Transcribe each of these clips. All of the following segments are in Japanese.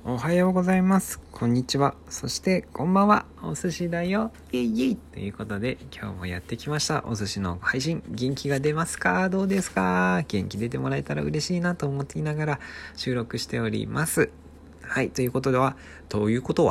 おはようございます。こんにちは。そしてこんばんは。お寿司だよ。イエイイエイということで今日もやってきました。お寿司の配信。元気が出ますか？どうですか？元気出てもらえたら嬉しいなと思っていながら収録しております。はい。ということでということ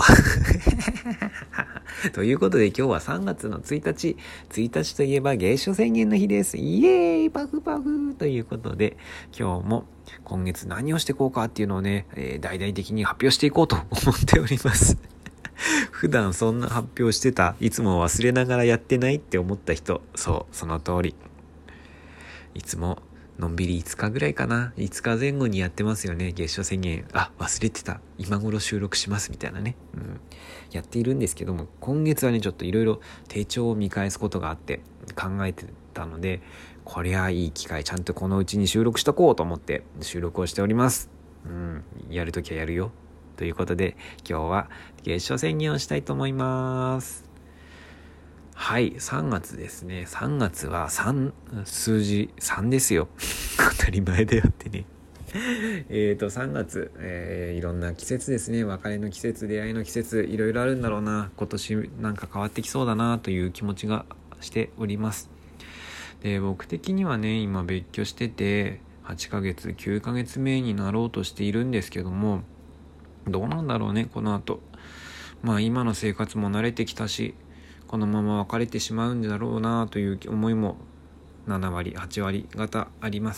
で今日は3月の1日。1日といえば月初宣言の日です。イエーイパフパフということで、今日も今月何をしていこうかっていうのをね、大々的に発表していこうと思っております。普段そんな発表してた、いつも忘れながらやってないって思った人、そう、その通り。いつものんびり5日ぐらいかな。5日前後にやってますよね。月初宣言。忘れてた。今頃収録しますみたいなね。やっているんですけども、今月はね、ちょっといろいろ手帳を見返すことがあって考えてたので、こりゃいい機会、ちゃんとこのうちに収録しとこうと思って収録をしております。やるときはやるよ。ということで、今日は月初宣言をしたいと思います。はい、3月ですね。3月は数字3ですよ。当たり前だよってね。3月、いろんな季節ですね。別れの季節、出会いの季節、いろいろあるんだろうな。今年なんか変わってきそうだなという気持ちがしております。で、僕的にはね、今別居してて、8ヶ月、9ヶ月目になろうとしているんですけども、どうなんだろうね、この後。今の生活も慣れてきたし、このまま別れてしまうんだろうなという思いも7割、8割方あります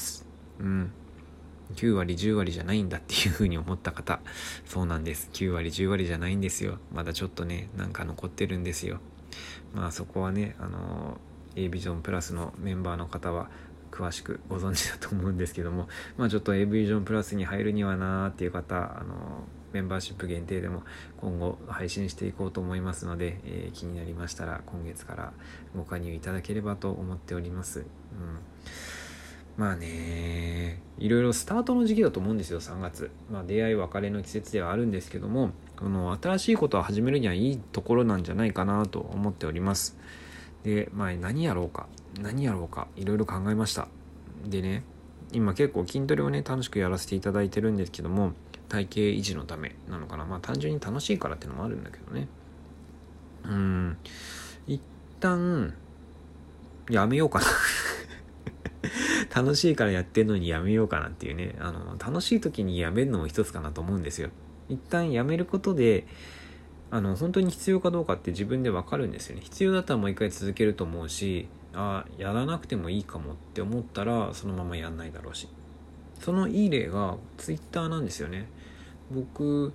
。9割、10割じゃないんだっていう風に思った方、そうなんです。9割、10割じゃないんですよ。まだちょっとね、なんか残ってるんですよ。そこはね、A ビジョンプラスのメンバーの方は詳しくご存知だと思うんですけども、ちょっと A ビジョンプラスに入るにはなーっていう方、メンバーシップ限定でも今後配信していこうと思いますので、気になりましたら今月からご加入いただければと思っております。いろいろスタートの時期だと思うんですよ。3月、出会い別れの季節ではあるんですけども、新しいことを始めるにはいいところなんじゃないかなと思っております。で、何やろうかいろいろ考えました。でね、今結構筋トレをね楽しくやらせていただいてるんですけども、体型維持のためなのかな。単純に楽しいからっていうのもあるんだけどね。一旦やめようかな楽しいからやってんのにやめようかなっていうね、楽しい時にやめるのも一つかなと思うんですよ。一旦やめることで本当に必要かどうかって自分で分かるんですよね。必要だったらもう一回続けると思うし、やらなくてもいいかもって思ったらそのままやんないだろうし、そのいい例がツイッターなんですよね。僕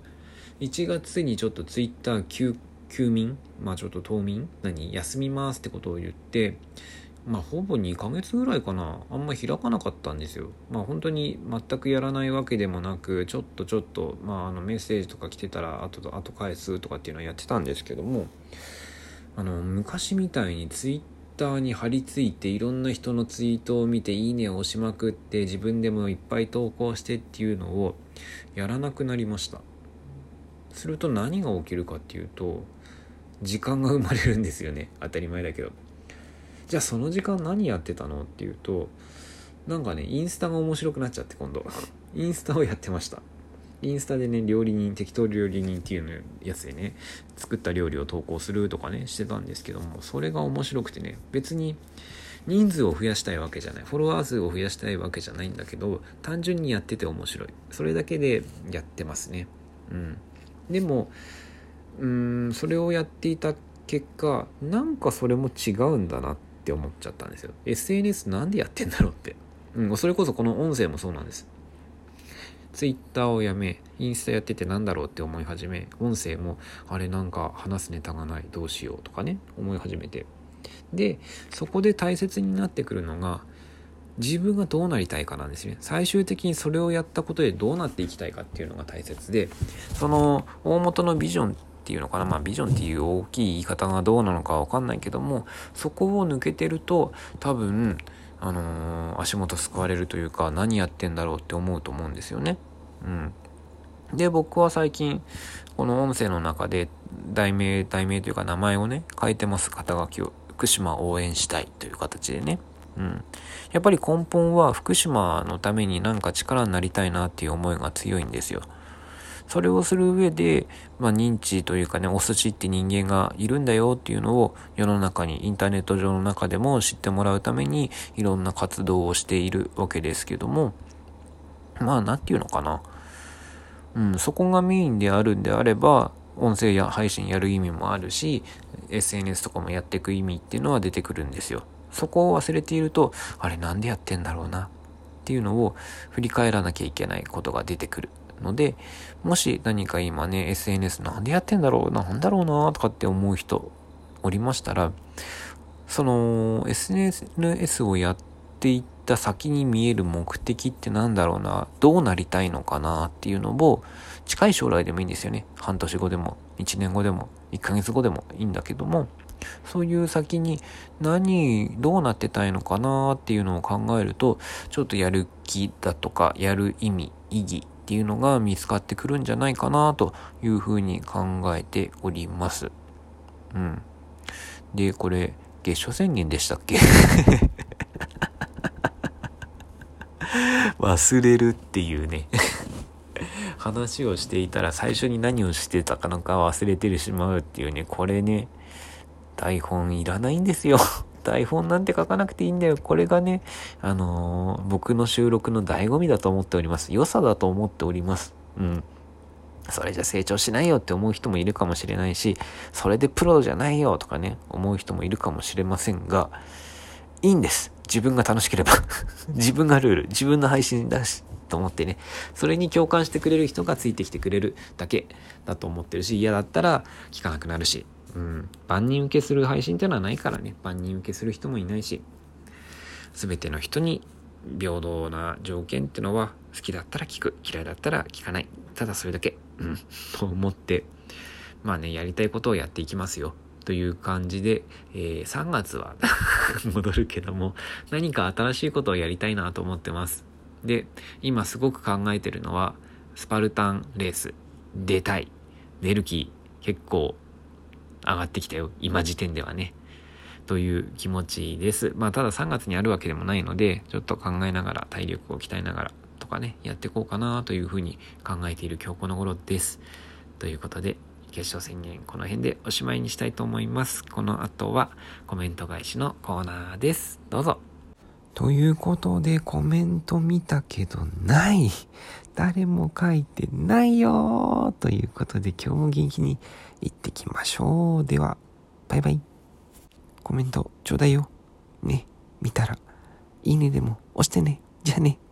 1月にちょっとツイッター休眠、ちょっと冬眠休みますってことを言って、ほぼ2ヶ月ぐらいかな、あんま開かなかったんですよ。本当に全くやらないわけでもなく、ちょっとメッセージとか来てたら後返すとかっていうのはやってたんですけども、昔みたいにツイッターに貼り付いていろんな人のツイートを見ていいねを押しまくって自分でもいっぱい投稿してっていうのをやらなくなりました。すると何が起きるかっていうと、時間が生まれるんですよね。当たり前だけど。じゃあその時間何やってたのっていうと、インスタが面白くなっちゃって、今度インスタをやってました。インスタでね、適当料理人っていうのやつでね、作った料理を投稿するとかねしてたんですけども、それが面白くてね、別に人数を増やしたいわけじゃない、フォロワー数を増やしたいわけじゃないんだけど、単純にやってて面白い、それだけでやってますね。でもそれをやっていた結果、それも違うんだなって思っちゃったんですよ。 SNS なんでやってんだろうって。それこそこの音声もそうなんです。ツイッターをやめインスタやっててなんだろうって思い始め、音声も話すネタがない、どうしようとかね思い始めて、でそこで大切になってくるのが自分がどうなりたいかなんですね。最終的にそれをやったことでどうなっていきたいかっていうのが大切で、その大元のビジョンっていうのかな、ビジョンっていう大きい言い方がどうなのかわかんないけども、そこを抜けてると多分足元すくわれるというか、何やってんだろうって思うと思うんですよね。で、僕は最近この音声の中で題名というか名前をね書いてます。肩書きを福島を応援したいという形でね。やっぱり根本は福島のために力になりたいなっていう思いが強いんですよ。 それをする上で、認知というかね、お寿司って人間がいるんだよっていうのを世の中に、インターネット上の中でも知ってもらうためにいろんな活動をしているわけですけども、なんていうのかな。そこがメインであるんであれば、音声や配信やる意味もあるし、SNS とかもやっていく意味っていうのは出てくるんですよ。そこを忘れていると、あれなんでやってんだろうなっていうのを振り返らなきゃいけないことが出てくるので、もし何か今ね、SNS なんでやってんだろうな、なんだろうなとかって思う人おりましたら、その SNS をやっていった先に見える目的ってなんだろうな、どうなりたいのかなっていうのを近い将来でもいいんですよね。半年後でも1年後でも1ヶ月後でもいいんだけども、そういう先にどうなってたいのかなっていうのを考えると、ちょっとやる気だとかやる意味、意義っていうのが見つかってくるんじゃないかなというふうに考えております。で、これ月初宣言でしたっけ忘れるっていうね話をしていたら最初に何をしてたかなんか忘れてしまうっていうね、これね、台本いらないんですよ台本なんて書かなくていいんだよ。これがね、僕の収録の醍醐味だと思っております。良さだと思っております。それじゃ成長しないよって思う人もいるかもしれないし、それでプロじゃないよとかね、思う人もいるかもしれませんが、いいんです。自分が楽しければ。自分がルール、自分の配信だし、と思ってね、それに共感してくれる人がついてきてくれるだけだと思ってるし、嫌だったら聞かなくなるし、万人受けする配信っていうのはないからね、万人受けする人もいないし、すべての人に平等な条件っていうのは、好きだったら聞く、嫌いだったら聞かない。ただそれだけ。と思って、やりたいことをやっていきますよ。という感じで、3月は戻るけども、何か新しいことをやりたいなと思ってます。で、今すごく考えてるのは、スパルタンレース、出たい。出る気、結構上がってきたよ。今時点ではね。という気持ちです。ただ3月にあるわけでもないので、ちょっと考えながら、体力を鍛えながらとかね、やっていこうかなというふうに考えている今日この頃です。ということで、決勝宣言この辺でおしまいにしたいと思います。この後はコメント返しのコーナーです。どうぞ。ということで、コメント見たけどない。誰も書いてないよということで、今日も元気に行ってきましょう。では、バイバイ。コメントちょうだいよ。ね、見たら、いいねでも押してね。じゃあね。